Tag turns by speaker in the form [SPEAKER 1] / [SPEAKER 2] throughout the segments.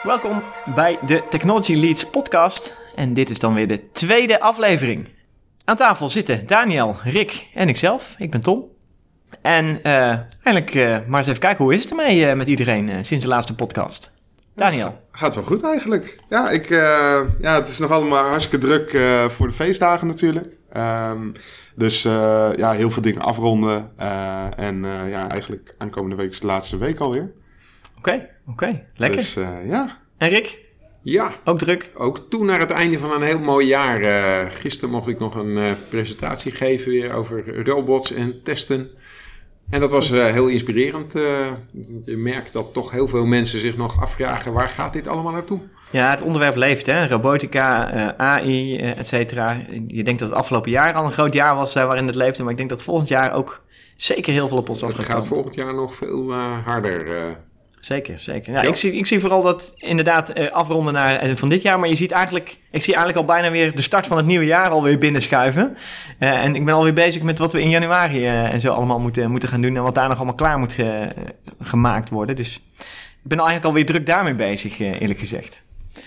[SPEAKER 1] Welkom bij de Technology Leads podcast en dit is dan weer de tweede aflevering. Aan tafel zitten Daniel, Rick en ikzelf. Ik ben Tom. En eigenlijk maar eens even kijken, hoe is het ermee met iedereen sinds de laatste podcast? Daniel?
[SPEAKER 2] Gaat wel goed eigenlijk. Ja, het is nog allemaal hartstikke druk voor de feestdagen natuurlijk. Dus heel veel dingen afronden. Eigenlijk aankomende week is de laatste week alweer.
[SPEAKER 1] Oké. Lekker.
[SPEAKER 2] Dus ja.
[SPEAKER 1] En Rick?
[SPEAKER 3] Ja.
[SPEAKER 1] Ook druk?
[SPEAKER 3] Ook toe naar het einde van een heel mooi jaar. Gisteren mocht ik nog een presentatie geven weer over robots en testen. En dat was heel inspirerend. Je merkt dat toch heel veel mensen zich nog afvragen, waar gaat dit allemaal naartoe?
[SPEAKER 1] Ja, het onderwerp leeft, hè? Robotica, AI, et cetera. Je denkt dat het afgelopen jaar al een groot jaar was waarin het leefde, maar ik denk dat volgend jaar ook zeker heel veel op ons af gaat komen.
[SPEAKER 3] Het gaat volgend jaar nog veel harder.
[SPEAKER 1] Zeker. Ja, ik zie vooral dat inderdaad afronden naar van dit jaar, maar ik zie eigenlijk al bijna weer de start van het nieuwe jaar alweer binnenschuiven. En ik ben alweer bezig met wat we in januari en zo allemaal moeten gaan doen en wat daar nog allemaal klaar moet gemaakt worden. Dus ik ben eigenlijk alweer druk daarmee bezig, eerlijk gezegd.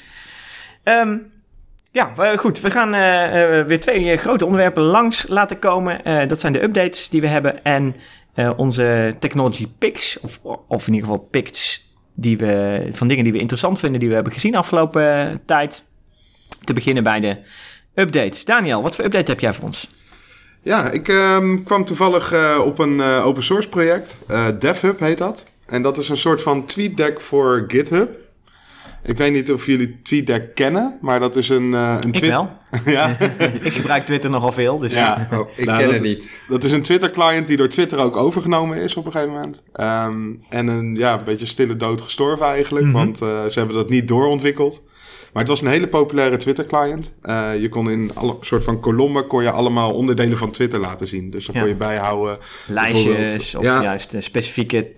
[SPEAKER 1] Goed. We gaan weer twee grote onderwerpen langs laten komen. Dat zijn de updates die we hebben en onze technology picks, of in ieder geval picks van dingen die we interessant vinden, die we hebben gezien afgelopen tijd. Te beginnen bij de updates. Daniel, wat voor update heb jij voor ons?
[SPEAKER 2] Ja, ik kwam toevallig op een open source project. DevHub heet dat. En dat is een soort van TweetDeck voor GitHub. Ik weet niet of jullie TweetDeck kennen, maar dat is een
[SPEAKER 1] Ik wel.
[SPEAKER 2] Ja.
[SPEAKER 1] Ik gebruik Twitter nogal veel. Dus
[SPEAKER 2] ja.
[SPEAKER 3] Ik ken het niet.
[SPEAKER 2] Dat is een Twitter-client die door Twitter ook overgenomen is op een gegeven moment. En een beetje stille dood gestorven eigenlijk, want ze hebben dat niet doorontwikkeld. Maar het was een hele populaire Twitter-client. Je kon in alle soort van kolommen allemaal onderdelen van Twitter laten zien. Dus dan kon je bijhouden.
[SPEAKER 1] Lijstjes of juist specifieke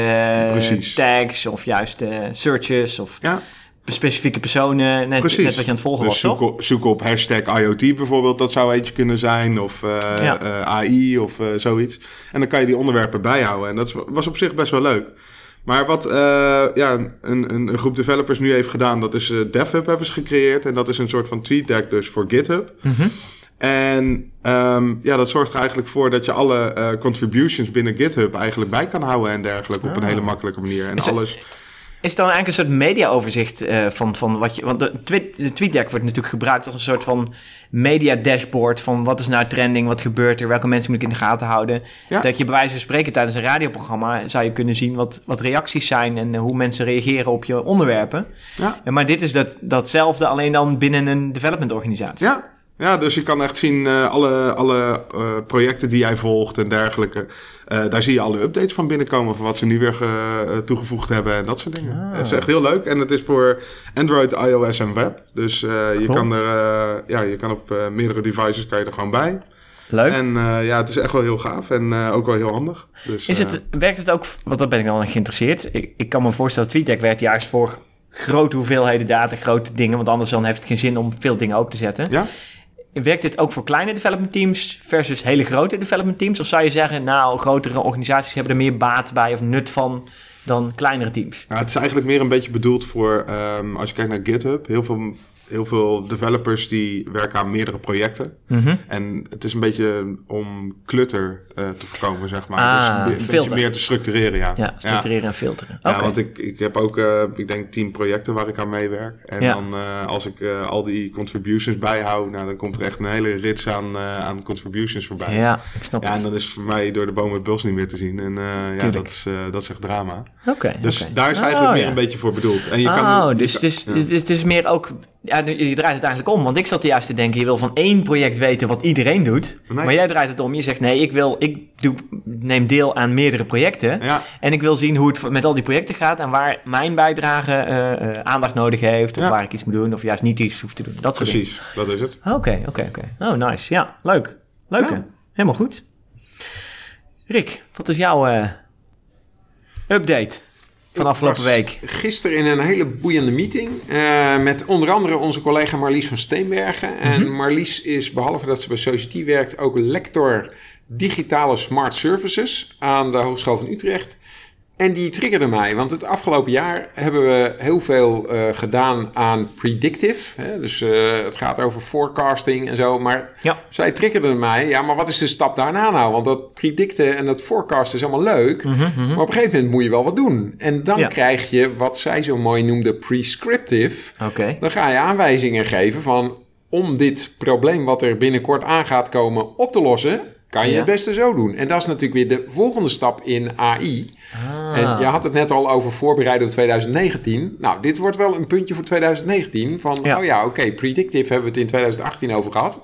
[SPEAKER 1] tags of juist searches of specifieke personen. Net wat je aan het volgen was, toch?
[SPEAKER 2] Zoeken op hashtag IoT bijvoorbeeld, dat zou eentje kunnen zijn. Of AI of zoiets. En dan kan je die onderwerpen bijhouden. En dat was op zich best wel leuk. Maar wat een groep developers nu heeft gedaan, dat is DevHub hebben ze gecreëerd. En dat is een soort van TweetDeck dus voor GitHub. Mm-hmm. En dat zorgt er eigenlijk voor dat je alle contributions binnen GitHub eigenlijk bij kan houden en dergelijke op een hele makkelijke manier. En
[SPEAKER 1] Is het dan eigenlijk een soort media-overzicht van wat je... Want de TweetDeck wordt natuurlijk gebruikt als een soort van media-dashboard van wat is nou trending, wat gebeurt er, welke mensen moet ik in de gaten houden. Ja. Dat je bij wijze van spreken tijdens een radioprogramma zou je kunnen zien wat reacties zijn en hoe mensen reageren op je onderwerpen. Ja. Maar dit is datzelfde, alleen dan binnen een development-organisatie.
[SPEAKER 2] Ja, dus je kan echt zien alle projecten die jij volgt en dergelijke. Daar zie je alle updates van binnenkomen van wat ze nu weer toegevoegd hebben en dat soort dingen. Het is echt heel leuk en het is voor Android, iOS en web. Dus je kan op meerdere devices kan je er gewoon bij.
[SPEAKER 1] Leuk.
[SPEAKER 2] En het is echt wel heel gaaf en ook wel heel handig. Dus,
[SPEAKER 1] werkt het ook, want daar ben ik dan geïnteresseerd. Ik kan me voorstellen dat TweetDeck werkt juist voor grote hoeveelheden data, grote dingen, want anders dan heeft het geen zin om veel dingen open te zetten. Ja. Werkt dit ook voor kleine development teams versus hele grote development teams? Of zou je zeggen, grotere organisaties hebben er meer baat bij of nut van dan kleinere teams?
[SPEAKER 2] Ja, het is eigenlijk meer een beetje bedoeld voor, als je kijkt naar GitHub, heel veel developers die werken aan meerdere projecten. Mm-hmm. En het is een beetje om clutter te voorkomen, zeg maar. Dus een beetje meer te structureren,
[SPEAKER 1] Ja, structureren en filteren.
[SPEAKER 2] Ja, want ik heb ook, ik denk 10 projecten waar ik aan meewerk. En dan als ik al die contributions bijhoud, dan komt er echt een hele rits aan contributions voorbij.
[SPEAKER 1] Ja, ik snap het.
[SPEAKER 2] En dan is het voor mij door de boom het bos niet meer te zien. En dat is echt drama.
[SPEAKER 1] Okay,
[SPEAKER 2] daar is eigenlijk meer een beetje voor bedoeld. En
[SPEAKER 1] het is meer ook... Ja, je draait het eigenlijk om, want ik zat juist te denken, je wil van één project weten wat iedereen doet. Nee. Maar jij draait het om, je zegt nee, ik neem deel aan meerdere projecten. Ja. En ik wil zien hoe het met al die projecten gaat en waar mijn bijdrage aandacht nodig heeft. Of waar ik iets moet doen, of juist niet iets hoef te doen. Dat soort
[SPEAKER 2] Precies,
[SPEAKER 1] dingen.
[SPEAKER 2] Dat is het.
[SPEAKER 1] Oké. Oh, nice. Ja, leuk. Ja. Helemaal goed. Rick, wat is jouw update van afgelopen week?
[SPEAKER 3] Gisteren in een hele boeiende meeting met onder andere onze collega Marlies van Steenbergen. Mm-hmm. En Marlies is, behalve dat ze bij Society werkt, ook lector digitale smart services aan de Hogeschool van Utrecht. En die triggerde mij, want het afgelopen jaar hebben we heel veel gedaan aan predictive. Hè? Dus het gaat over forecasting en zo. Maar zij triggerde mij, ja, maar wat is de stap daarna nou? Want dat predicten en dat forecasten is allemaal leuk. Maar op een gegeven moment moet je wel wat doen. En dan krijg je wat zij zo mooi noemde prescriptive. Dan ga je aanwijzingen geven van, om dit probleem wat er binnenkort aan gaat komen op te lossen, kan je het beste zo doen. En dat is natuurlijk weer de volgende stap in AI. En je had het net al over voorbereiden op 2019. Nou, dit wordt wel een puntje voor 2019. Van, predictive hebben we het in 2018 over gehad.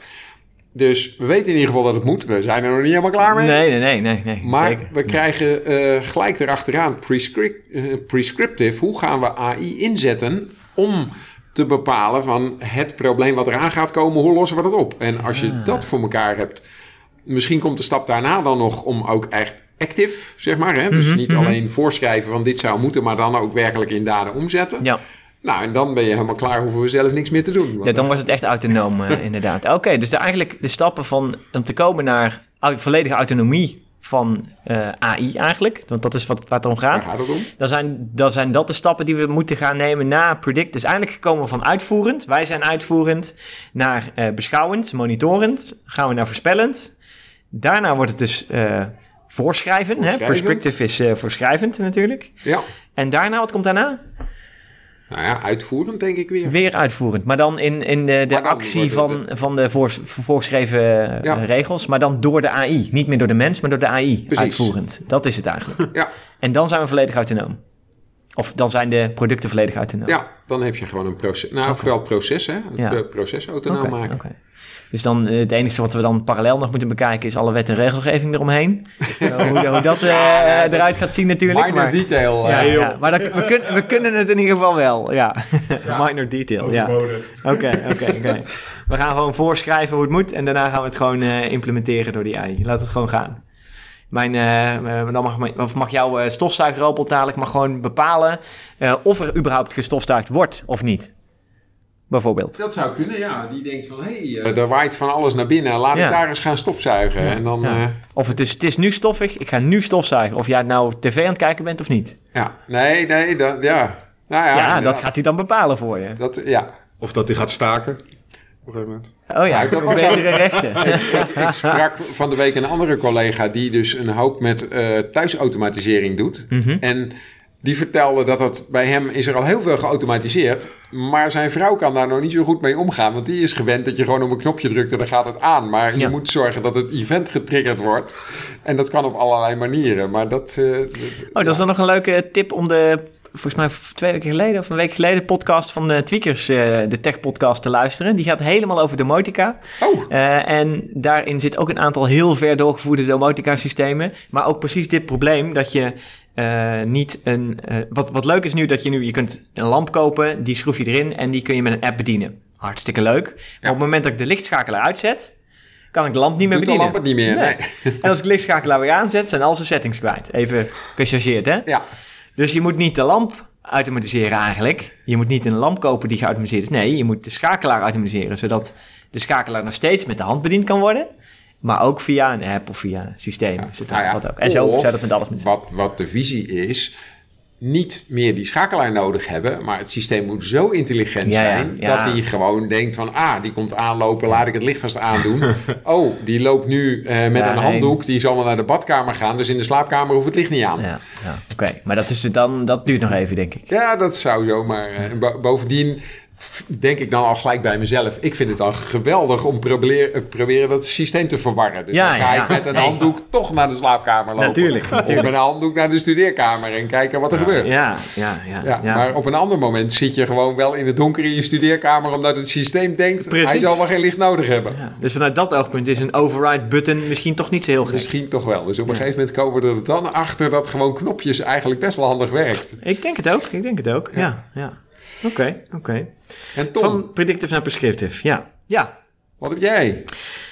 [SPEAKER 3] Dus we weten in ieder geval dat het moet. We zijn er nog niet helemaal klaar mee.
[SPEAKER 1] Nee.
[SPEAKER 3] Maar
[SPEAKER 1] zeker.
[SPEAKER 3] we krijgen gelijk erachteraan prescriptive. Hoe gaan we AI inzetten om te bepalen van het probleem wat eraan gaat komen, hoe lossen we dat op? En als je dat voor elkaar hebt, misschien komt de stap daarna dan nog om ook echt active, zeg maar. Hè? Dus niet alleen voorschrijven van dit zou moeten, maar dan ook werkelijk in daden omzetten. Ja. Nou, en dan ben je helemaal klaar, hoeven we zelf niks meer te doen.
[SPEAKER 1] Ja, dan wordt het echt autonoom, inderdaad. Oké, dus eigenlijk de stappen om te komen naar volledige autonomie van AI eigenlijk. Want dat is waar het om gaat.
[SPEAKER 3] Waar gaat het om?
[SPEAKER 1] Dan zijn dat de stappen die we moeten gaan nemen na predict. Dus eigenlijk komen we van uitvoerend. Wij zijn uitvoerend naar beschouwend, monitorend. Gaan we naar voorspellend. Daarna wordt het dus voorschrijven. Hè? Prescriptive is voorschrijvend natuurlijk. Ja. En daarna, wat komt daarna?
[SPEAKER 3] Nou ja, uitvoerend denk ik weer.
[SPEAKER 1] Weer uitvoerend, maar dan in de actie van de voorgeschreven regels. Maar dan door de AI. Niet meer door de mens, maar door de AI. Precies. Uitvoerend. Dat is het eigenlijk. Ja. En dan zijn we volledig autonoom. Of dan zijn de producten volledig autonoom.
[SPEAKER 3] Ja, dan heb je gewoon een proces. Nou, vooral het proces, hè. Het proces autonoom maken.
[SPEAKER 1] Okay. Dus dan het enige wat we dan parallel nog moeten bekijken is alle wet en regelgeving eromheen. Hoe dat eruit gaat zien natuurlijk.
[SPEAKER 3] Minor detail.
[SPEAKER 1] Maar we kunnen het in ieder geval wel. Ja. Minor detail.
[SPEAKER 2] Overbodig.
[SPEAKER 1] Oké. We gaan gewoon voorschrijven hoe het moet en daarna gaan we het gewoon implementeren door die AI. Laat het gewoon gaan. Dan mag jouw stofzuigerrobot dadelijk maar gewoon bepalen of er überhaupt gestofzuigd wordt of niet. Bijvoorbeeld.
[SPEAKER 3] Dat zou kunnen, ja. Die denkt van, er waait van alles naar binnen. Laat ik daar eens gaan stofzuigen. Ja. En dan,
[SPEAKER 1] Of het is nu stoffig, ik ga nu stofzuigen. Of jij nou tv aan het kijken bent of niet.
[SPEAKER 3] Ja, nee, dat, ja. Nou ja,
[SPEAKER 1] dat gaat hij dan bepalen voor je.
[SPEAKER 2] Of dat hij gaat staken. Op een gegeven moment.
[SPEAKER 1] Oh ja, dat was betere rechten.
[SPEAKER 3] Ik sprak van de week een andere collega die dus een hoop met thuisautomatisering doet. Mm-hmm. En die vertelde dat bij hem is er al heel veel geautomatiseerd. Maar zijn vrouw kan daar nog niet zo goed mee omgaan. Want die is gewend dat je gewoon op een knopje drukt en dan gaat het aan. Maar je moet zorgen dat het event getriggerd wordt. En dat kan op allerlei manieren. Maar dat
[SPEAKER 1] dat is dan nog een leuke tip om volgens mij 2 weken geleden of een week geleden podcast van de Tweakers, de tech podcast, te luisteren. Die gaat helemaal over domotica. En daarin zit ook een aantal heel ver doorgevoerde domotica systemen. Maar ook precies dit probleem dat je niet een... Wat leuk is nu, je kunt een lamp kopen, die schroef je erin en die kun je met een app bedienen. Hartstikke leuk. Maar op het moment dat ik de lichtschakelaar uitzet, kan ik de lamp niet meer bedienen.
[SPEAKER 3] De lamp het niet meer, nee.
[SPEAKER 1] En als ik de lichtschakelaar weer aanzet, zijn al zijn settings kwijt. Even gechargeerd, hè?
[SPEAKER 3] Ja.
[SPEAKER 1] Dus je moet niet de lamp automatiseren eigenlijk. Je moet niet een lamp kopen die geautomatiseerd is. Nee, je moet de schakelaar automatiseren, zodat de schakelaar nog steeds met de hand bediend kan worden. Maar ook via een app of via een systeem. Wat ook. En zo zou dat met alles moeten zijn.
[SPEAKER 3] Wat de visie is, niet meer die schakelaar nodig hebben, maar het systeem moet zo intelligent zijn dat hij gewoon denkt van, die komt aanlopen, laat ik het licht vast aandoen. Die loopt nu met een handdoek, die zal wel naar de badkamer gaan, dus in de slaapkamer hoeft het licht niet aan.
[SPEAKER 1] Oké. Maar dat duurt nog even, denk ik.
[SPEAKER 3] Ja, dat zou zo, maar bovendien denk ik dan al gelijk bij mezelf. Ik vind het dan geweldig om proberen dat systeem te verwarren. Dus dan ga ik met een handdoek toch naar de slaapkamer lopen.
[SPEAKER 1] Natuurlijk.
[SPEAKER 3] Of met een handdoek naar de studeerkamer en kijken wat er gebeurt.
[SPEAKER 1] Ja.
[SPEAKER 3] Maar op een ander moment zit je gewoon wel in het donker in je studeerkamer, omdat het systeem denkt, hij zal wel geen licht nodig hebben. Ja.
[SPEAKER 1] Dus vanuit dat oogpunt is een override button misschien toch niet zo heel gek.
[SPEAKER 3] Misschien toch wel. Dus op een gegeven moment komen we er dan achter dat gewoon knopjes eigenlijk best wel handig werkt.
[SPEAKER 1] Ik denk het ook. Ja. Oké.
[SPEAKER 3] En Tom?
[SPEAKER 1] Van predictive naar prescriptive, ja.
[SPEAKER 3] Wat heb jij?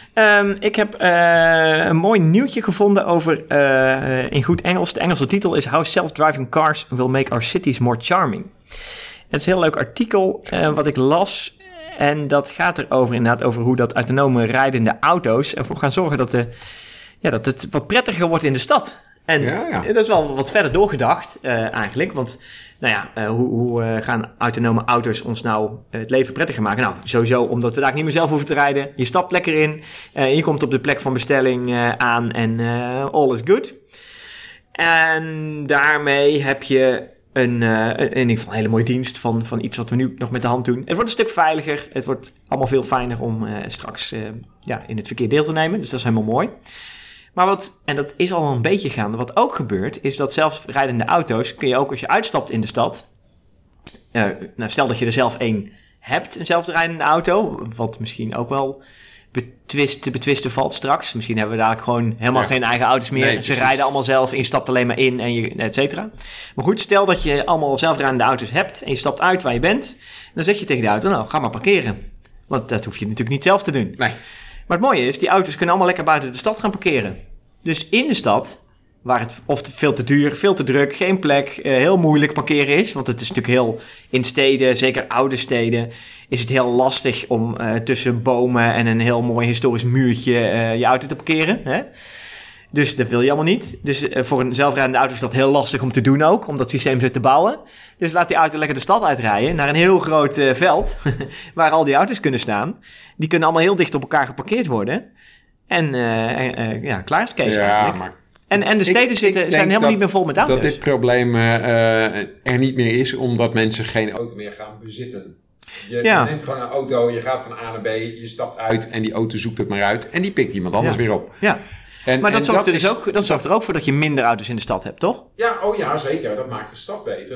[SPEAKER 1] Ik heb een mooi nieuwtje gevonden over, in goed Engels. De Engelse titel is How Self-Driving Cars Will Make Our Cities More Charming. Het is een heel leuk artikel wat ik las. En dat gaat erover inderdaad over hoe dat autonome rijdende auto's ervoor gaan zorgen dat het wat prettiger wordt in de stad. En dat is wel wat verder doorgedacht eigenlijk. Want hoe gaan autonome auto's ons nou het leven prettiger maken? Nou, sowieso omdat we daar niet meer zelf hoeven te rijden. Je stapt lekker in. Je komt op de plek van bestelling aan en all is good. En daarmee heb je in ieder geval een hele mooie dienst van iets wat we nu nog met de hand doen. Het wordt een stuk veiliger. Het wordt allemaal veel fijner om straks in het verkeer deel te nemen. Dus dat is helemaal mooi. Maar en dat is al een beetje gaande, wat ook gebeurt, is dat zelfrijdende auto's kun je ook als je uitstapt in de stad. Stel dat je er zelf één hebt, een zelfrijdende auto, wat misschien ook wel te betwisten valt straks. Misschien hebben we dadelijk gewoon helemaal geen eigen auto's meer. Nee, ze rijden allemaal zelf en je stapt alleen maar in en et cetera. Maar goed, stel dat je allemaal zelfrijdende auto's hebt en je stapt uit waar je bent. Dan zeg je tegen de auto, nou, ga maar parkeren. Want dat hoef je natuurlijk niet zelf te doen. Nee. Maar het mooie is, die auto's kunnen allemaal lekker buiten de stad gaan parkeren. Dus in de stad, waar het of veel te duur, veel te druk, geen plek, heel moeilijk parkeren is. Want het is natuurlijk heel, in steden, zeker oude steden, is het heel lastig om tussen bomen en een heel mooi historisch muurtje je auto te parkeren. Hè? Dus dat wil je allemaal niet. Dus voor een zelfrijdende auto is dat heel lastig om te doen ook, om dat systeem zo te bouwen. Dus laat die auto lekker de stad uitrijden naar een heel groot veld waar al die auto's kunnen staan. Die kunnen allemaal heel dicht op elkaar geparkeerd worden. En klaar is Kees eigenlijk. Maar en de steden zijn helemaal niet meer vol met auto's.
[SPEAKER 3] Dat dit probleem er niet meer is, omdat mensen geen auto meer gaan bezitten. Je neemt gewoon een auto, je gaat van A naar B, je stapt uit en die auto zoekt het maar uit. En die pikt iemand anders weer op.
[SPEAKER 1] Ja. Maar dat zorgt er ook voor dat je minder auto's in de stad hebt, toch?
[SPEAKER 3] Ja, zeker. Dat maakt de stad beter.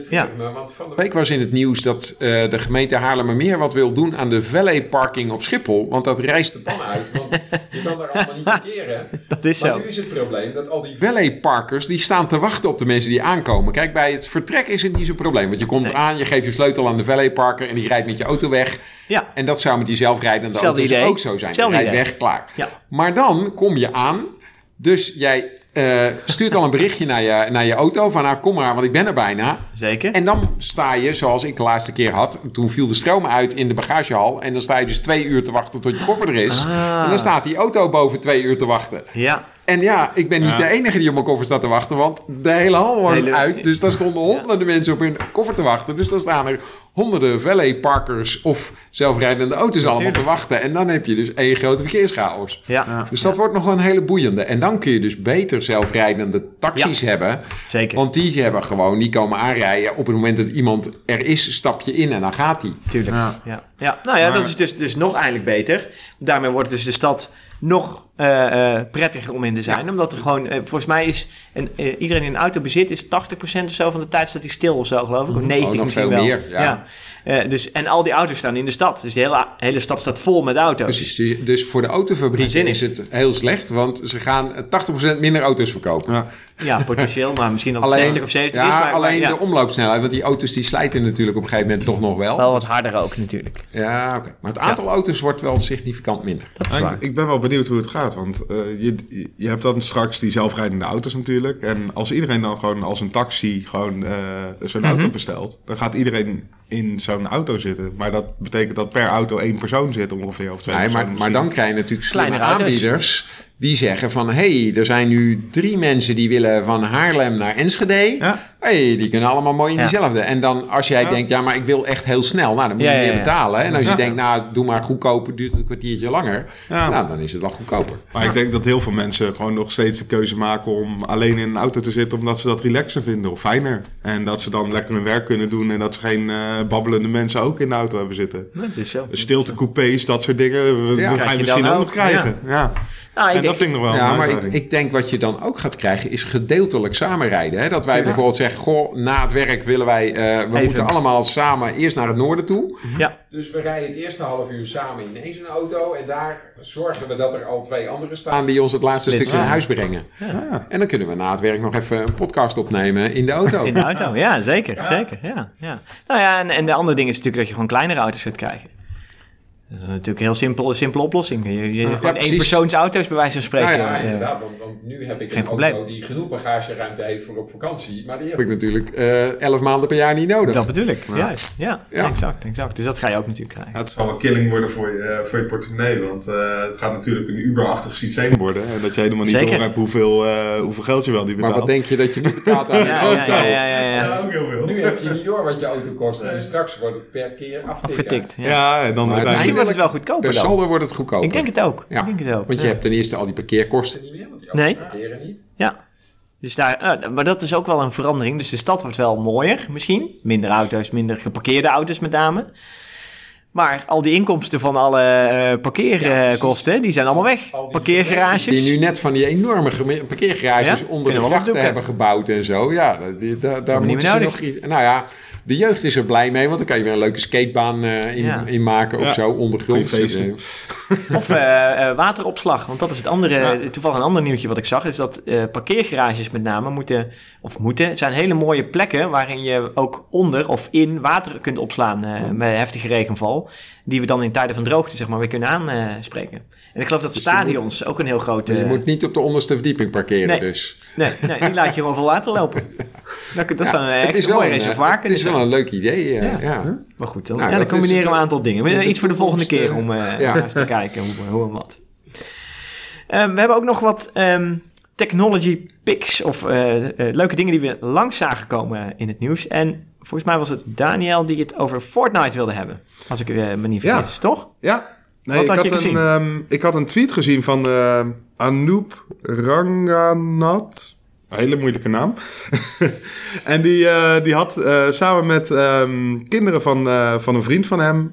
[SPEAKER 3] Want van de week was in het nieuws dat de gemeente Haarlemmermeer wat wil doen aan de valet parking op Schiphol. Want dat rijst de pan uit. Want je kan daar allemaal niet parkeren.
[SPEAKER 1] Dat is
[SPEAKER 3] maar
[SPEAKER 1] zo.
[SPEAKER 3] Nu is het probleem dat al die valet parkers die staan te wachten op de mensen die aankomen. Kijk, bij het vertrek is het niet zo'n probleem. Want je komt aan, je geeft je sleutel aan de valet parker en die rijdt met je auto weg. Ja. En dat zou met die zelfrijdende auto's ook zo zijn. Je rijdt weg, klaar. Ja. Maar dan kom je aan. Dus jij stuurt al een berichtje naar je auto. Van nou, kom maar, want ik ben er bijna.
[SPEAKER 1] Zeker.
[SPEAKER 3] En dan sta je, zoals ik de laatste keer had. Toen viel de stroom uit in de bagagehal. En dan sta je dus 2 uur te wachten tot je koffer er is. En dan staat die auto boven 2 uur te wachten. Ja. En ja, ik ben niet de enige die op mijn koffer staat te wachten. Want de hele hal was uit. Dus daar stonden honderden mensen op hun koffer te wachten. Dus dan staan er honderden valet parkers of zelfrijdende auto's allemaal te wachten. En dan heb je dus één grote verkeerschaos. Ja. Dus dat wordt nog wel een hele boeiende. En dan kun je dus beter zelfrijdende taxis hebben. Zeker. Want die komen aanrijden. Op het moment dat iemand er is, stap je in en dan gaat die.
[SPEAKER 1] Tuurlijk. Ja. Nou ja, dat is dus nog eigenlijk beter. Daarmee wordt dus de stad nog prettiger om in te zijn. Ja. Omdat er gewoon, volgens mij is iedereen die een auto bezit, is 80% of zo van de tijd staat hij stil of zo, geloof ik. Of 90 misschien wel. Meer, ja. En al die auto's staan in de stad. Dus de hele stad staat vol met auto's.
[SPEAKER 3] Precies. Dus voor de autofabrieken is het heel slecht, want ze gaan 80% minder auto's verkopen.
[SPEAKER 1] Ja, potentieel, maar misschien al 60 of 70 is. Maar
[SPEAKER 3] alleen de omloopsnelheid, want die auto's die slijten natuurlijk op een gegeven moment toch nog wel.
[SPEAKER 1] Wel wat harder ook natuurlijk.
[SPEAKER 3] Ja, oké. Maar het aantal auto's wordt wel significant minder.
[SPEAKER 2] Dat is waar. Ik ben wel benieuwd hoe het gaat, want je hebt dan straks die zelfrijdende auto's natuurlijk. En als iedereen dan gewoon als een taxi gewoon zo'n auto bestelt, dan gaat iedereen in zo'n auto zitten. Maar dat betekent dat per auto 1 persoon zit ongeveer, of 2 personen.
[SPEAKER 3] Maar dan krijg je natuurlijk kleine aanbieders die zeggen van, er zijn nu 3 mensen die willen van Haarlem naar Enschede. Ja. Die kunnen allemaal mooi in diezelfde. En dan als jij denkt, maar ik wil echt heel snel. Nou, dan moet je meer betalen. En als je denkt, doe maar goedkoper, duurt het een kwartiertje langer. Ja. Nou, dan is het wel goedkoper.
[SPEAKER 2] Maar ik denk dat heel veel mensen gewoon nog steeds de keuze maken om alleen in een auto te zitten, omdat ze dat relaxer vinden of fijner. En dat ze dan lekker hun werk kunnen doen en dat ze geen babbelende mensen ook in de auto hebben zitten.
[SPEAKER 1] Dat is zo.
[SPEAKER 2] Stiltecoupés, dat soort dingen. Dat ga je misschien ook nog krijgen. Ja.
[SPEAKER 1] Nou,
[SPEAKER 2] dat vind ik nog wel
[SPEAKER 3] maar ik denk wat je dan ook gaat krijgen is gedeeltelijk samenrijden. Hè? Dat wij bijvoorbeeld zeggen, na het werk willen wij, we moeten allemaal samen eerst naar het noorden toe. Ja. Dus we rijden het eerste half uur samen in een auto en daar zorgen we dat er al 2 anderen staan die ons het laatste stukje naar huis brengen. Ja. En dan kunnen we na het werk nog even een podcast opnemen in de auto.
[SPEAKER 1] In de auto, ja, zeker. Ja. Zeker, ja. Nou ja, en de andere ding is natuurlijk dat je gewoon kleinere auto's gaat krijgen. Dat is natuurlijk een heel simpele oplossing. Gewoon
[SPEAKER 3] precies.
[SPEAKER 1] 1 persoonsauto's bij wijze van spreken.
[SPEAKER 3] Nou ja, inderdaad. Want nu heb ik
[SPEAKER 1] geen
[SPEAKER 3] een
[SPEAKER 1] probleem.
[SPEAKER 3] auto die genoeg bagageruimte heeft voor op vakantie. Maar die heb ik natuurlijk 11 maanden per jaar niet nodig.
[SPEAKER 1] Dat bedoel ik, juist. Ja. Exact. Dus dat ga je ook natuurlijk krijgen.
[SPEAKER 2] Ja, het zal een killing worden voor je portemonnee, want het gaat natuurlijk een Uber-achtig systeem worden. En dat je helemaal niet door hebt hoeveel geld je wel niet betaalt.
[SPEAKER 3] Maar wat denk je dat je nu betaalt aan een auto?
[SPEAKER 2] Ja, ook heel veel.
[SPEAKER 3] Nu heb je niet door wat je auto kost. En straks wordt het per keer
[SPEAKER 1] Afgetikt.
[SPEAKER 2] Ja, en dan
[SPEAKER 1] misschien wordt het wel goedkoper
[SPEAKER 3] per
[SPEAKER 1] dan.
[SPEAKER 3] saldo wordt het goedkoper.
[SPEAKER 1] Ik denk het ook.
[SPEAKER 3] Ja. Want je hebt ten eerste al die parkeerkosten niet meer. Want die auto's parkeren niet.
[SPEAKER 1] Ja. Dus maar dat is ook wel een verandering. Dus de stad wordt wel mooier misschien. Minder auto's, minder geparkeerde auto's met name. Maar al die inkomsten van alle parkeerkosten, die zijn allemaal weg. Parkeergarages.
[SPEAKER 3] Die nu net van die enorme parkeergarages onder de grachten hebben gebouwd en zo. Ja, daar moeten ze nog iets... Nou ja, de jeugd is er blij mee, want dan kan je weer een leuke skatebaan in maken of zo, ondergronds.
[SPEAKER 1] Of wateropslag, want dat is het andere, toevallig een ander nieuwtje wat ik zag, is dat parkeergarages met name moeten, het zijn hele mooie plekken waarin je ook onder of in water kunt opslaan met heftige regenval, die we dan in tijden van droogte zeg maar weer kunnen aanspreken. En ik geloof dat stadions ook een heel grote...
[SPEAKER 3] Je moet niet op de onderste verdieping parkeren dus.
[SPEAKER 1] Nee, die laat je gewoon vol water lopen. Dat zou een extra mooi reservoir kunnen zijn.
[SPEAKER 3] Het is wel een leuk idee, ja.
[SPEAKER 1] Maar goed, dan combineren we een aantal dingen. Iets voor de volgende keer om eens te kijken hoe en wat. We hebben ook nog wat technology picks of leuke dingen die we langs zagen komen in het nieuws. En volgens mij was het Daniel die het over Fortnite wilde hebben. Als ik me niet vergis, toch?
[SPEAKER 2] Ja. Nee, ik had een tweet gezien van Anoop Ranganath. Een hele moeilijke naam. En die had samen met kinderen van een vriend van hem...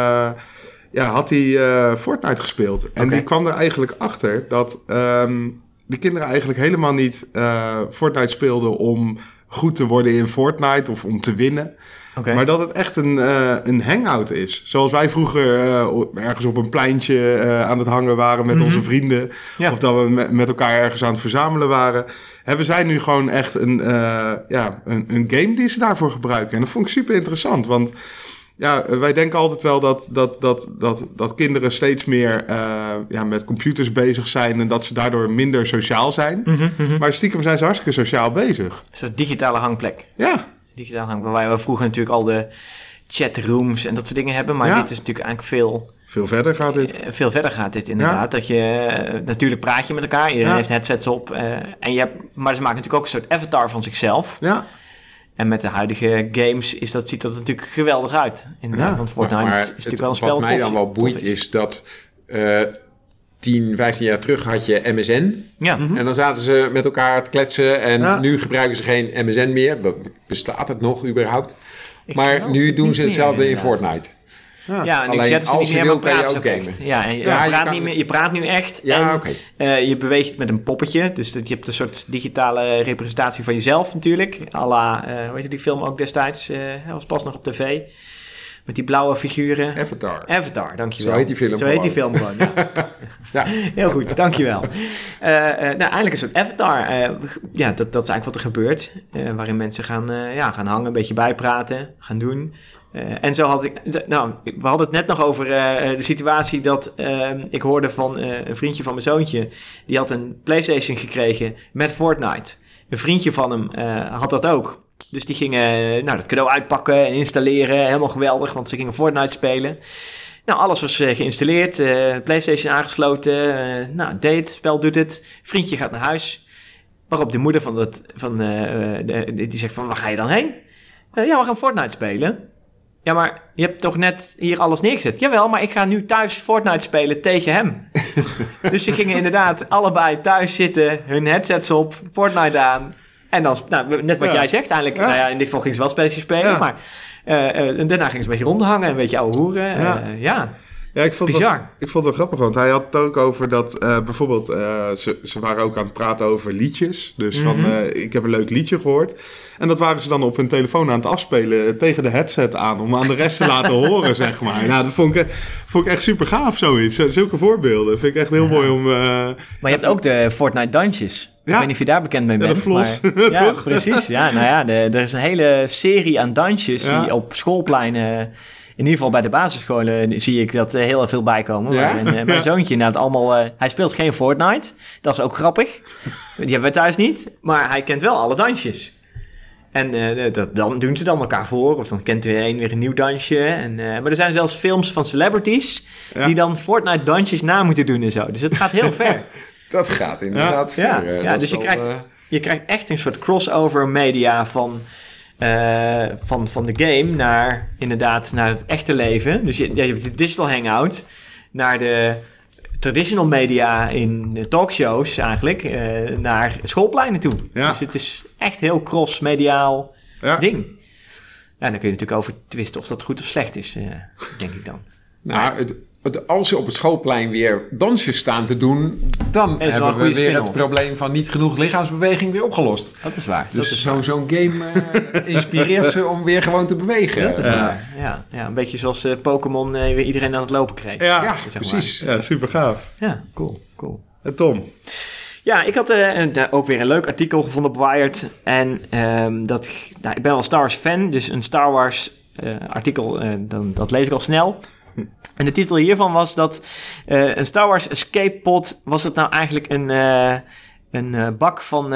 [SPEAKER 2] had hij Fortnite gespeeld. En die kwam er eigenlijk achter dat die kinderen eigenlijk helemaal niet Fortnite speelden om goed te worden in Fortnite of om te winnen. Maar dat het echt een hangout is. Zoals wij vroeger ergens op een pleintje aan het hangen waren met onze vrienden. Ja. Of dat we met elkaar ergens aan het verzamelen waren. Hebben zij nu gewoon echt een game die ze daarvoor gebruiken. En dat vond ik super interessant. Want wij denken altijd wel dat kinderen steeds meer met computers bezig zijn. En dat ze daardoor minder sociaal zijn. Maar stiekem zijn ze hartstikke sociaal bezig.
[SPEAKER 1] Is dat digitale hangplek?
[SPEAKER 2] Ja.
[SPEAKER 1] Digitaal hangplek, waar we vroeger natuurlijk al de chatrooms en dat soort dingen hebben. Maar dit is natuurlijk eigenlijk
[SPEAKER 2] veel verder gaat dit.
[SPEAKER 1] Veel verder gaat dit inderdaad. Ja. Dat je natuurlijk praat je met elkaar. Iedereen heeft headsets op. Maar ze maken natuurlijk ook een soort avatar van zichzelf. Ja. En met de huidige games ziet dat natuurlijk geweldig uit. Inderdaad. Want Fortnite is natuurlijk wel een spel.
[SPEAKER 3] Wat mij dan wel boeit is dat 10, 15 jaar terug had je MSN. Ja. En dan zaten ze met elkaar te kletsen. En nu gebruiken ze geen MSN meer. Bestaat het nog überhaupt? Maar nu doen ze hetzelfde in Fortnite.
[SPEAKER 1] Ja, en die chat is niet meer helemaal praten. Ja, en je praat nu echt. Ja, en je beweegt met een poppetje. Dus je hebt een soort digitale representatie van jezelf natuurlijk. À la, hoe heet die film ook destijds? Was pas nog op tv. Met die blauwe figuren. Avatar, dankjewel.
[SPEAKER 3] Zo heet die film
[SPEAKER 1] gewoon. Ja. Heel goed, dankjewel. Eindelijk een soort Avatar. Dat is eigenlijk wat er gebeurt. Waarin mensen gaan hangen, een beetje bijpraten, gaan doen. En zo had we hadden het net nog over de situatie dat ik hoorde van een vriendje van mijn zoontje. Die had een PlayStation gekregen met Fortnite. Een vriendje van hem had dat ook. Dus die gingen dat cadeau uitpakken en installeren. Helemaal geweldig, want ze gingen Fortnite spelen. Nou, alles was geïnstalleerd. PlayStation aangesloten. Date, spel doet het. Vriendje gaat naar huis. Waarop de moeder die zegt van, waar ga je dan heen? We gaan Fortnite spelen. Ja, maar je hebt toch net hier alles neergezet? Jawel, maar ik ga nu thuis Fortnite spelen tegen hem. Dus ze gingen inderdaad allebei thuis zitten, hun headsets op, Fortnite aan. En dan, net wat jij zegt, eigenlijk, in dit geval gingen ze wel spelletjes spelen, maar en daarna gingen ze een beetje rondhangen, een beetje ouwe hoeren.
[SPEAKER 2] Ja, ik vond het wel grappig, want hij had het ook over dat bijvoorbeeld, ze waren ook aan het praten over liedjes. Dus ik heb een leuk liedje gehoord. En dat waren ze dan op hun telefoon aan het afspelen tegen de headset aan, om aan de rest te laten horen, zeg maar. Nou, dat vond ik echt super gaaf, zoiets. Zulke voorbeelden vind ik echt heel mooi om...
[SPEAKER 1] Maar je hebt ook de Fortnite dansjes. Ik weet niet of je daar bekend mee bent.
[SPEAKER 2] De Flos.
[SPEAKER 1] Ja, precies. Ja, er is een hele serie aan dansjes die op schoolpleinen in ieder geval bij de basisscholen zie ik dat heel veel bijkomen.
[SPEAKER 3] Ja?
[SPEAKER 1] Mijn zoontje inderdaad allemaal... hij speelt geen Fortnite. Dat is ook grappig. Die hebben we thuis niet. Maar hij kent wel alle dansjes. En dan doen ze dan elkaar voor. Of dan kent weer een nieuw dansje. Maar er zijn zelfs films van celebrities... die dan Fortnite dansjes na moeten doen en zo. Dus het gaat heel ver.
[SPEAKER 3] Dat gaat inderdaad ver.
[SPEAKER 1] Ja, dus je krijgt echt een soort crossover media van de game naar het echte leven. Dus je hebt de digital hangout naar de traditional media in de talkshows eigenlijk naar schoolpleinen toe. Ja. Dus het is echt heel cross-mediaal ding. Ja, dan kun je natuurlijk over twisten of dat goed of slecht is, denk ik dan.
[SPEAKER 3] Nou, als ze op het schoolplein weer dansjes staan te doen, dan hebben we weer het probleem van niet genoeg lichaamsbeweging weer opgelost.
[SPEAKER 1] Dat is waar.
[SPEAKER 3] Dus zo'n game inspireert ze om weer gewoon te bewegen.
[SPEAKER 1] Dat is waar. Ja, een beetje zoals Pokémon weer iedereen aan het lopen kreeg.
[SPEAKER 2] Ja, precies. Ja, super gaaf.
[SPEAKER 1] Ja, cool.
[SPEAKER 2] En Tom?
[SPEAKER 1] Ja, ik had ook weer een leuk artikel gevonden op Wired. En ik ben wel een Star Wars fan, dus een Star Wars artikel, dat lees ik al snel. En de titel hiervan was dat een Star Wars escape pod... was het nou eigenlijk een bak van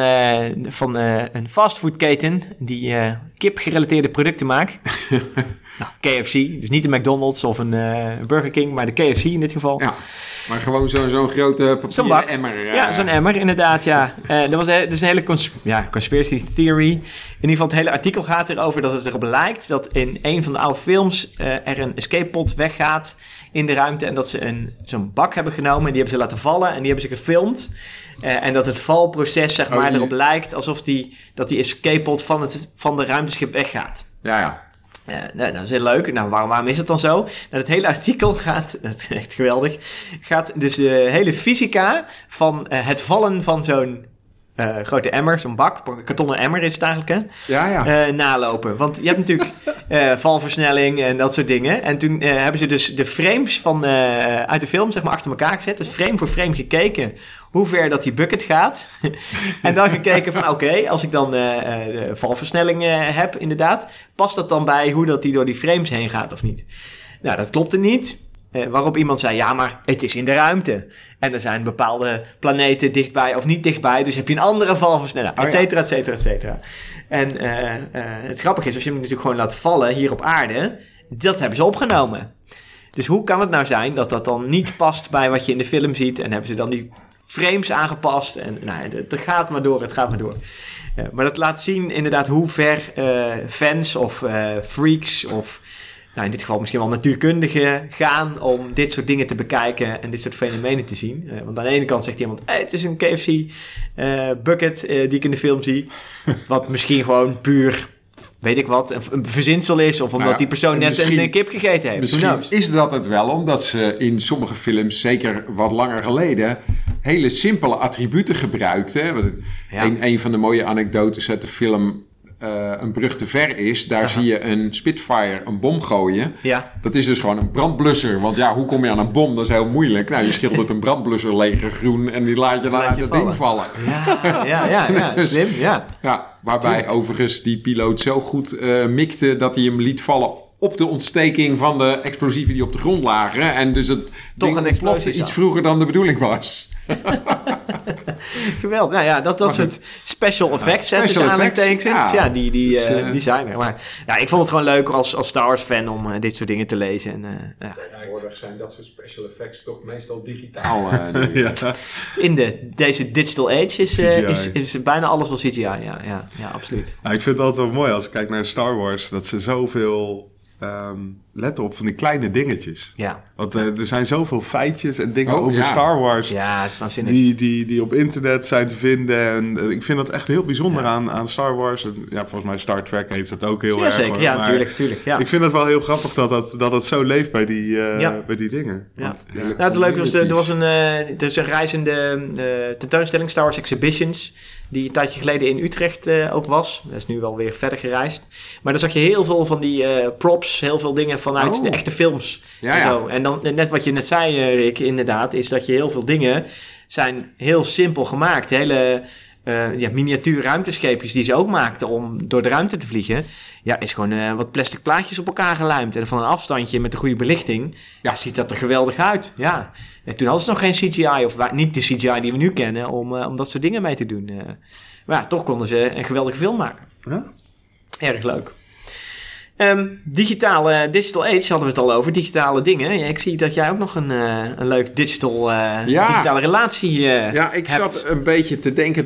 [SPEAKER 1] een fastfoodketen... die kip-gerelateerde producten maakt. Nou, KFC, dus niet de McDonald's of een Burger King... maar de KFC in dit geval.
[SPEAKER 3] Ja, maar gewoon zo'n grote papieren emmer.
[SPEAKER 1] Ja, zo'n emmer, inderdaad, ja. Dat was dus een hele conspiracy theory. In ieder geval, het hele artikel gaat erover dat het erop lijkt... dat in een van de oude films er een escape pod weggaat in de ruimte... en dat ze zo'n bak hebben genomen en die hebben ze laten vallen... en die hebben ze gefilmd. En dat het valproces, zeg maar, erop lijkt... alsof die escape pod van de ruimteschip weggaat.
[SPEAKER 3] Ja.
[SPEAKER 1] Dat is heel leuk. Nou, waarom is het dan zo? Nou, het hele artikel gaat, dat is echt geweldig, gaat dus de hele fysica van het vallen van zo'n grote emmer, zo'n bak, een kartonnen emmer is het eigenlijk, hè? Nalopen. Want je hebt natuurlijk valversnelling en dat soort dingen. En toen hebben ze dus de frames uit de film, zeg maar, achter elkaar gezet. Dus frame voor frame gekeken hoe ver dat die bucket gaat. En dan gekeken van, oké, als ik dan de valversnelling heb, inderdaad, past dat dan bij hoe dat die door die frames heen gaat of niet? Nou, dat klopte niet. Waarop iemand zei, ja, maar het is in de ruimte. En er zijn bepaalde planeten dichtbij of niet dichtbij. Dus heb je een andere valversnelling, et cetera, et cetera, et cetera. En het grappige is, als je hem natuurlijk gewoon laat vallen hier op aarde... dat hebben ze opgenomen. Dus hoe kan het nou zijn dat dat dan niet past bij wat je in de film ziet... en hebben ze dan die frames aangepast... en het gaat maar door, maar dat laat zien inderdaad hoe ver fans of freaks... of in dit geval misschien wel natuurkundigen gaan om dit soort dingen te bekijken en dit soort fenomenen te zien. Want aan de ene kant zegt iemand, het is een KFC bucket die ik in de film zie. Wat misschien gewoon puur, weet ik wat, een verzinsel is. Of omdat die persoon net een kip gegeten heeft.
[SPEAKER 3] Misschien is dat het wel, omdat ze in sommige films, zeker wat langer geleden, hele simpele attributen gebruikten. Een van de mooie anekdotes uit de film... een brug te ver is, daar zie je een Spitfire een bom gooien. Ja. Dat is dus gewoon een brandblusser. Want hoe kom je aan een bom? Dat is heel moeilijk. Nou, je schildert een brandblusser legergroen en die laat je dan uit het ding vallen.
[SPEAKER 1] Ja, dus, slim,
[SPEAKER 3] waarbij overigens die piloot zo goed mikte dat hij hem liet vallen op de ontsteking van de explosieven die op de grond lagen. En dus het ding ontplofte iets vroeger dan de bedoeling was.
[SPEAKER 1] Geweldig. Nou ja, dat soort special effects. Die zijn er. Maar ik vond het gewoon leuk als Star Wars fan om dit soort dingen te lezen.
[SPEAKER 3] Tegenwoordig zijn dat soort special effects toch meestal digitaal.
[SPEAKER 1] In deze digital age is bijna alles wel CGI. Ja, absoluut.
[SPEAKER 2] Ik vind het altijd wel mooi als ik kijk naar Star Wars, dat ze zoveel... let op van die kleine dingetjes. Ja. Want er zijn zoveel feitjes en dingen over Star Wars.
[SPEAKER 1] Ja, het is waanzinnig.
[SPEAKER 2] Die op internet zijn te vinden. En ik vind dat echt heel bijzonder aan Star Wars. En, volgens mij Star Trek heeft dat ook heel erg.
[SPEAKER 1] Zeker. Ja, natuurlijk. Ja.
[SPEAKER 2] Ik vind het wel heel grappig dat het zo leeft bij die dingen.
[SPEAKER 1] Ja. Het leuke was, er is een reizende tentoonstelling, Star Wars Exhibitions, die een tijdje geleden in Utrecht ook was. Dat is nu wel weer verder gereisd. Maar dan zag je heel veel van die props, heel veel dingen vanuit de echte films. En zo. En dan net wat je net zei, Rick, inderdaad, is dat je heel veel dingen zijn heel simpel gemaakt. Hele miniatuur ruimtescheepjes die ze ook maakten om door de ruimte te vliegen. Ja, is gewoon wat plastic plaatjes op elkaar geluimd. En van een afstandje met de goede belichting, ziet dat er geweldig uit. Ja. En toen hadden ze nog geen CGI, of niet de CGI die we nu kennen, om dat soort dingen mee te doen. Maar ja, toch konden ze een geweldige film maken.
[SPEAKER 2] Ja.
[SPEAKER 1] Erg leuk. Digital age hadden we het al over. Digitale dingen. Ja, ik zie dat jij ook nog een leuk digitale relatie
[SPEAKER 3] ik zat een beetje te denken.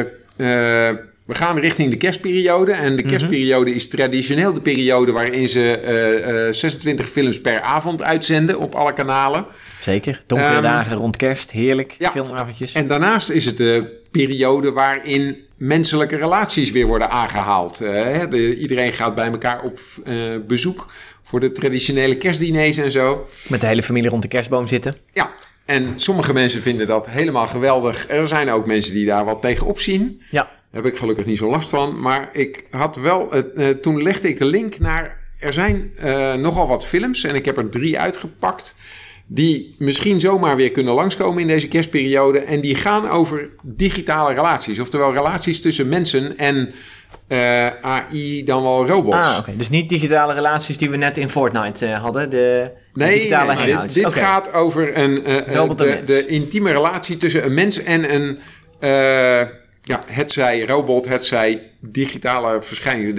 [SPEAKER 3] We gaan richting de kerstperiode. En de kerstperiode is traditioneel de periode waarin ze 26 films per avond uitzenden op alle kanalen.
[SPEAKER 1] Zeker. Donkere dagen rond kerst. Heerlijk. Filmavondjes.
[SPEAKER 3] En daarnaast is het de periode waarin menselijke relaties weer worden aangehaald. Iedereen gaat bij elkaar op bezoek voor de traditionele kerstdiners en zo.
[SPEAKER 1] Met de hele familie rond de kerstboom zitten.
[SPEAKER 3] Ja, en sommige mensen vinden dat helemaal geweldig. Er zijn ook mensen die daar wat tegen opzien.
[SPEAKER 1] Ja.
[SPEAKER 3] Daar heb ik gelukkig niet zo last van. Maar ik had wel, toen legde ik de link naar, er zijn nogal wat films en ik heb er 3 uitgepakt die misschien zomaar weer kunnen langskomen in deze kerstperiode. En die gaan over digitale relaties. Oftewel relaties tussen mensen en AI dan wel robots.
[SPEAKER 1] Oké. Dus niet digitale relaties die we net in Fortnite hadden. De digitale hangouts.
[SPEAKER 3] Dit gaat over de intieme relatie tussen een mens en een het zij robot, het zij digitale verschijning.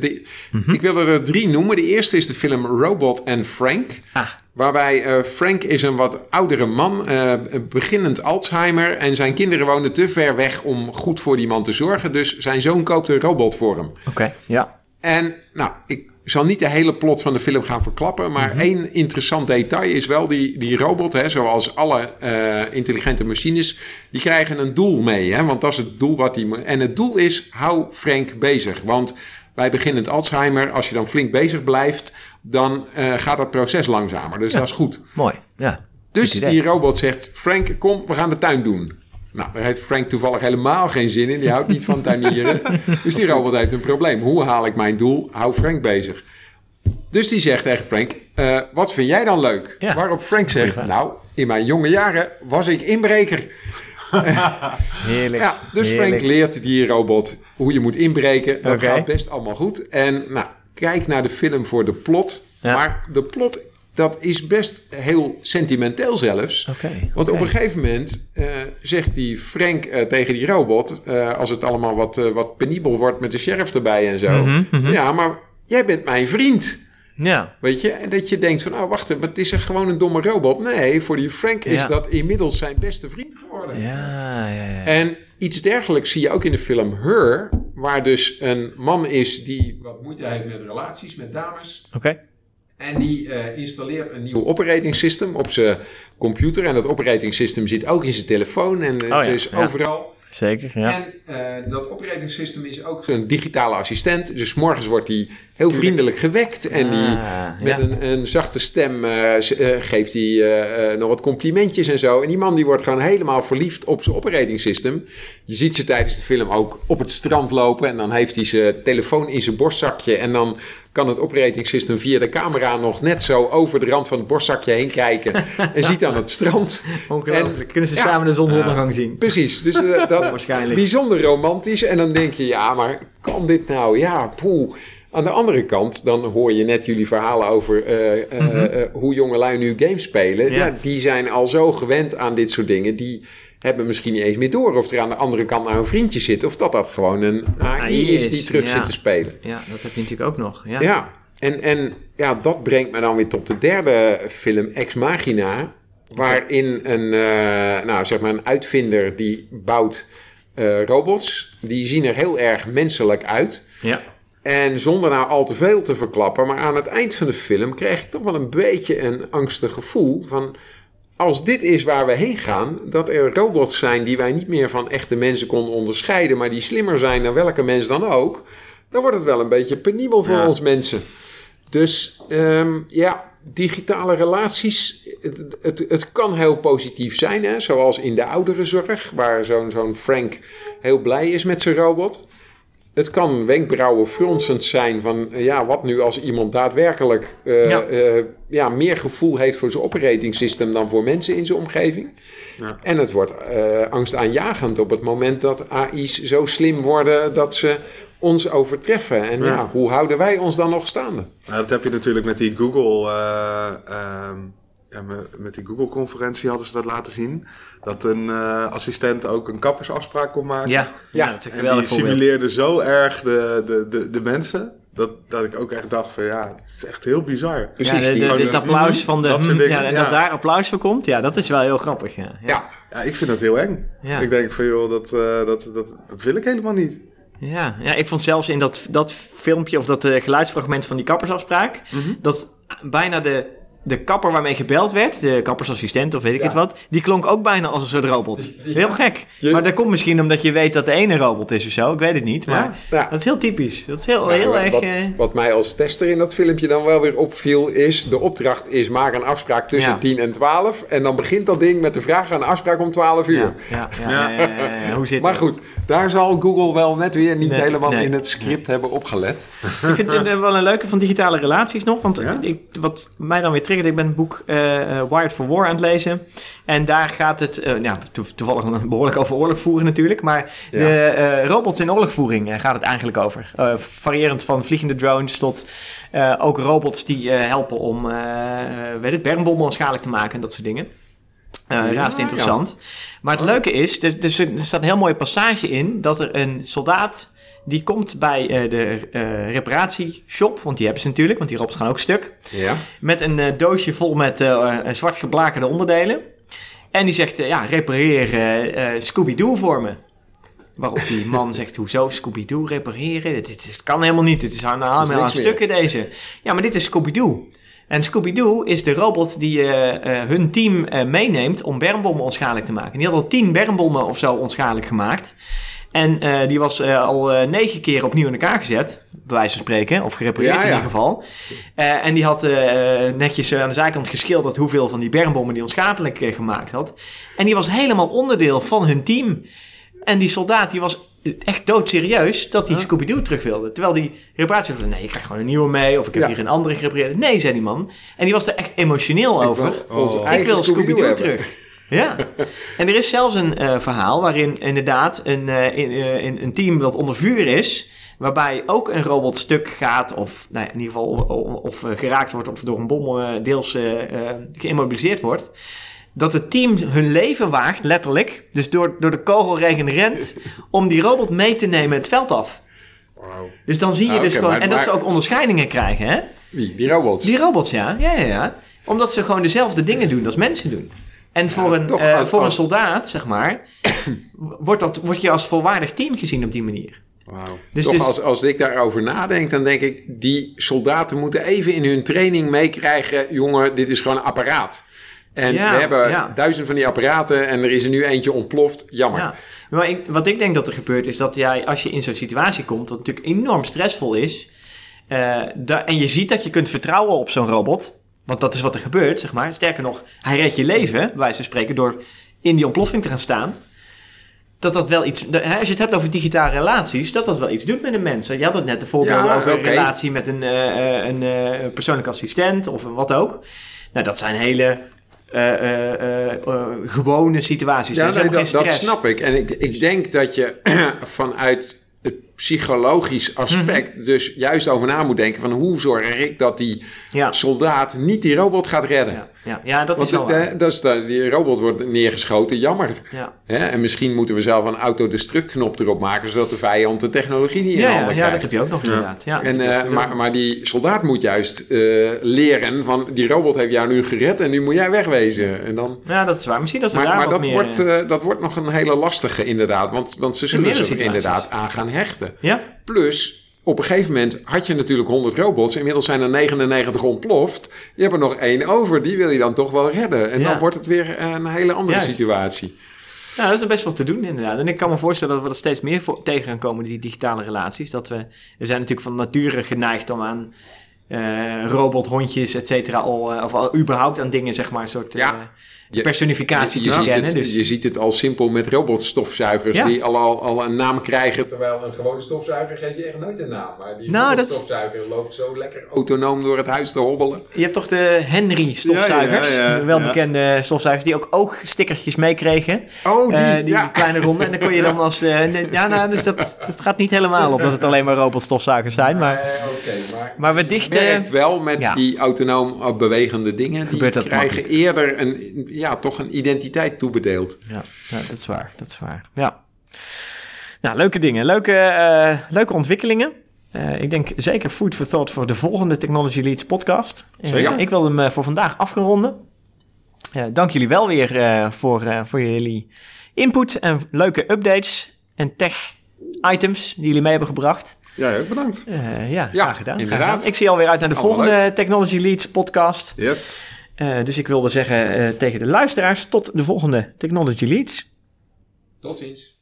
[SPEAKER 3] Ik wil er 3 noemen. De eerste is de film Robot and Frank. Waarbij Frank is een wat oudere man, beginnend Alzheimer. En zijn kinderen wonen te ver weg om goed voor die man te zorgen. Dus zijn zoon koopt een robot voor hem.
[SPEAKER 1] Oké, ja.
[SPEAKER 3] En ik zal niet de hele plot van de film gaan verklappen. Maar één interessant detail is wel die robot, zoals alle intelligente machines, die krijgen een doel mee. Want dat is het doel wat en het doel is, hou Frank bezig. Want bij beginnend Alzheimer, als je dan flink bezig blijft, dan gaat het proces langzamer. Dus dat is goed.
[SPEAKER 1] Mooi, ja.
[SPEAKER 3] Dus die robot zegt, Frank, kom, we gaan de tuin doen. Nou, daar heeft Frank toevallig helemaal geen zin in. Die houdt niet van tuinieren. Dus die robot heeft een probleem. Hoe haal ik mijn doel? Hou Frank bezig. Dus die zegt tegen Frank, wat vind jij dan leuk? Ja. Waarop Frank zegt, in mijn jonge jaren was ik inbreker.
[SPEAKER 1] Heerlijk.
[SPEAKER 3] Ja, dus Frank leert die robot hoe je moet inbreken. Dat gaat best allemaal goed. En kijk naar de film voor de plot. Ja. Maar de plot, dat is best heel sentimenteel zelfs. Want op een gegeven moment zegt die Frank tegen die robot, als het allemaal wat penibel wordt met de sheriff erbij en zo. Ja, maar jij bent mijn vriend. Ja. Weet je? En dat je denkt van, wacht, het is gewoon een domme robot. Nee, voor die Frank is dat inmiddels zijn beste vriend geworden.
[SPEAKER 1] Ja.
[SPEAKER 3] En iets dergelijks zie je ook in de film Her, waar dus een man is die wat moeite heeft met relaties met dames. En die installeert een nieuw operating system op zijn computer. En dat operating system zit ook in zijn telefoon en dus overal.
[SPEAKER 1] Zeker, ja.
[SPEAKER 3] En dat operating system is ook een digitale assistent. Dus 's morgens wordt hij heel vriendelijk gewekt. En die met een zachte stem geeft hij nog wat complimentjes en zo. En die man die wordt gewoon helemaal verliefd op zijn operating system. Je ziet ze tijdens de film ook op het strand lopen. En dan heeft hij zijn telefoon in zijn borstzakje. En dan kan het operating system via de camera nog net zo over de rand van het borstzakje heen kijken. En ziet dan het strand.
[SPEAKER 1] Ongelooflijk. Kunnen ze samen de zonsondergang zien.
[SPEAKER 3] Precies. Dus dat waarschijnlijk bijzonder romantisch. En dan denk je, maar kan dit nou? Ja, poeh. Aan de andere kant, dan hoor je net jullie verhalen over hoe jongelui nu games spelen. Ja, die zijn al zo gewend aan dit soort dingen. Die hebben misschien niet eens meer door of er aan de andere kant nou een vriendje zit. Of dat gewoon een AI is die terug zit te spelen.
[SPEAKER 1] Ja, dat heb je natuurlijk ook nog.
[SPEAKER 3] Ja, en dat brengt me dan weer tot de derde film, Ex Machina. Waarin een uitvinder die bouwt robots. Die zien er heel erg menselijk uit. Ja. En zonder nou al te veel te verklappen, maar aan het eind van de film krijg ik toch wel een beetje een angstig gevoel van, als dit is waar we heen gaan, dat er robots zijn die wij niet meer van echte mensen konden onderscheiden, maar die slimmer zijn dan welke mens dan ook, dan wordt het wel een beetje penibel voor ons mensen. Dus digitale relaties, het kan heel positief zijn, hè? Zoals in de ouderenzorg, waar zo'n Frank heel blij is met zijn robot. Het kan wenkbrauwen fronsend zijn van... wat nu als iemand daadwerkelijk meer gevoel heeft voor zijn operating system... dan voor mensen in zijn omgeving. Ja. En het wordt angstaanjagend op het moment dat AI's zo slim worden... dat ze ons overtreffen. En hoe houden wij ons dan nog staande?
[SPEAKER 2] Nou, dat heb je natuurlijk met die Google... met die Google-conferentie hadden ze dat laten zien. Dat een assistent ook een kappersafspraak kon maken.
[SPEAKER 1] Ja, dat is een geweldig
[SPEAKER 2] en die simuleerde zo erg de mensen... Dat ik ook echt dacht van het is echt heel bizar.
[SPEAKER 1] Precies, dit applaus van dat daar applaus voor komt. Ja, dat is wel heel grappig.
[SPEAKER 2] Ja, ik vind dat heel eng. Ja. Ik denk van joh, dat wil ik helemaal niet.
[SPEAKER 1] Ja, ik vond zelfs in dat filmpje of dat geluidsfragment van die kappersafspraak... dat bijna de kapper waarmee gebeld werd, de kappersassistent of weet ik het wat... die klonk ook bijna als een soort robot. Heel gek. Maar dat komt misschien omdat je weet dat de ene robot is of zo. Ik weet het niet, maar dat is heel typisch. Dat is heel erg...
[SPEAKER 3] Wat mij als tester in dat filmpje dan wel weer opviel is... de opdracht is maak een afspraak tussen 10 en 12... en dan begint dat ding met de vraag aan een afspraak om 12 uur.
[SPEAKER 1] Hoe zit
[SPEAKER 3] maar goed, daar zal Google wel net weer niet helemaal in het script hebben opgelet.
[SPEAKER 1] Ik vind het wel een leuke van digitale relaties nog, want wat mij dan weer triggert... Ik ben het boek Wired for War aan het lezen. En daar gaat het toevallig behoorlijk over oorlog voeren natuurlijk. Maar de robots in oorlogvoering gaat het eigenlijk over. Variërend van vliegende drones tot ook robots die helpen om bermbommen onschadelijk te maken en dat soort dingen. Raast interessant. Ja. Maar het leuke is, er staat een heel mooie passage in dat er een soldaat... Die komt bij de reparatieshop, want die hebben ze natuurlijk, want die robots gaan ook stuk. Ja. Met een doosje vol met zwart geblakerde onderdelen. En die zegt, repareer Scooby-Doo voor me. Waarop die man zegt, hoezo Scooby-Doo repareren? Dit kan helemaal niet, dit is aan stukken deze. Ja, maar dit is Scooby-Doo. En Scooby-Doo is de robot die hun team meeneemt om bermbommen onschadelijk te maken. En die had al 10 bermbommen of zo onschadelijk gemaakt... En die was al 9 keer opnieuw in elkaar gezet, bij wijze van spreken, of gerepareerd in ieder geval. En die had netjes aan de zijkant geschilderd hoeveel van die bermbommen die onschadelijk gemaakt had. En die was helemaal onderdeel van hun team. En die soldaat die was echt doodserieus dat hij Scooby-Doo terug wilde. Terwijl die reparatie zei, nee, je krijgt gewoon een nieuwe mee, of ik heb hier een andere gerepareerd. Nee, zei die man. En die was er echt emotioneel over. Ik wil Scooby-Doo terug. Ja, en er is zelfs een verhaal waarin inderdaad een team dat onder vuur is... waarbij ook een robot stuk gaat of in ieder geval of geraakt wordt... of door een bom deels geïmmobiliseerd wordt... dat het team hun leven waagt, letterlijk... dus door de kogelregen rent om die robot mee te nemen het veld af. Wow. Dus dan zie je dus gewoon... En dat ze ook onderscheidingen krijgen, hè?
[SPEAKER 3] Wie? Die robots?
[SPEAKER 1] Die robots, ja. Omdat ze gewoon dezelfde dingen doen als mensen doen. En voor een soldaat, zeg maar, word je als volwaardig team gezien op die manier.
[SPEAKER 3] Wow. Dus als ik daarover nadenk, dan denk ik... die soldaten moeten even in hun training meekrijgen... jongen, dit is gewoon een apparaat. En we hebben 1000 van die apparaten... en er is er nu eentje ontploft. Jammer. Ja.
[SPEAKER 1] Maar wat ik denk dat er gebeurt is dat jij, als je in zo'n situatie komt... wat natuurlijk enorm stressvol is... en je ziet dat je kunt vertrouwen op zo'n robot... Want dat is wat er gebeurt, zeg maar. Sterker nog, hij redt je leven, bij wijze van spreken, door in die ontploffing te gaan staan. Dat wel iets... Als je het hebt over digitale relaties, dat wel iets doet met een mens. Je had het net de voorbeelden over een relatie met een persoonlijke assistent of wat ook. Nou, dat zijn hele gewone situaties.
[SPEAKER 3] Dat snap ik. En ik denk dat je vanuit het psychologisch aspect dus juist over na moet denken van hoe zorg ik dat die soldaat niet die robot gaat redden.
[SPEAKER 1] Ja, dat is wel waar.
[SPEAKER 3] Die robot wordt neergeschoten, jammer. Ja. En misschien moeten we zelf een autodestruct knop erop maken, zodat de vijand de technologie niet in handen krijgt. Ja,
[SPEAKER 1] dat heb je ook nog inderdaad. Ja,
[SPEAKER 3] maar die soldaat moet juist leren van die robot heeft jou nu gered en nu moet jij wegwezen. En dan...
[SPEAKER 1] Ja, dat is waar. Misschien dat we daar wat meer...
[SPEAKER 3] dat wordt nog een hele lastige inderdaad, want ze zullen zich inderdaad aan gaan hechten.
[SPEAKER 1] Ja.
[SPEAKER 3] Plus, op een gegeven moment had je natuurlijk 100 robots. Inmiddels zijn er 99 ontploft. Je hebt er nog 1 over. Die wil je dan toch wel redden. En dan wordt het weer een hele andere situatie.
[SPEAKER 1] Nou, dat is best wel te doen inderdaad. En ik kan me voorstellen dat we er steeds meer tegen gaan komen, die digitale relaties. We zijn natuurlijk van nature geneigd om aan robothondjes, et cetera, of überhaupt aan dingen, zeg maar, een soort personificatie te scannen.
[SPEAKER 3] Je ziet het al simpel met robotstofzuigers die al een naam krijgen, terwijl een gewone stofzuiger geeft je echt nooit een naam. Maar die robotstofzuiger loopt zo lekker autonoom door het huis te hobbelen.
[SPEAKER 1] Je hebt toch de Henry-stofzuigers, de welbekende stofzuigers, die ook oogstickertjes meekregen. Die kleine ronde. En dan kon je dan als... dus dat gaat niet helemaal op dat het alleen maar robotstofzuigers zijn. Maar we dichten...
[SPEAKER 3] Het werkt wel met die autonoom bewegende dingen. Die krijgen eerder toch een identiteit toebedeeld.
[SPEAKER 1] Ja, dat is waar. Ja. Nou, leuke dingen. Leuke ontwikkelingen. Ik denk zeker food for thought voor de volgende Technology Leads podcast. Ik wil hem voor vandaag afronden. Dank jullie wel weer voor jullie input en leuke updates en tech items die jullie mee hebben gebracht.
[SPEAKER 2] Ja, ook bedankt.
[SPEAKER 1] Graag gedaan.
[SPEAKER 3] Inderdaad.
[SPEAKER 1] Ik zie alweer uit naar de volgende Technology Leads podcast.
[SPEAKER 2] Yes.
[SPEAKER 1] Dus ik wilde zeggen tegen de luisteraars, tot de volgende Technology Leads.
[SPEAKER 3] Tot ziens.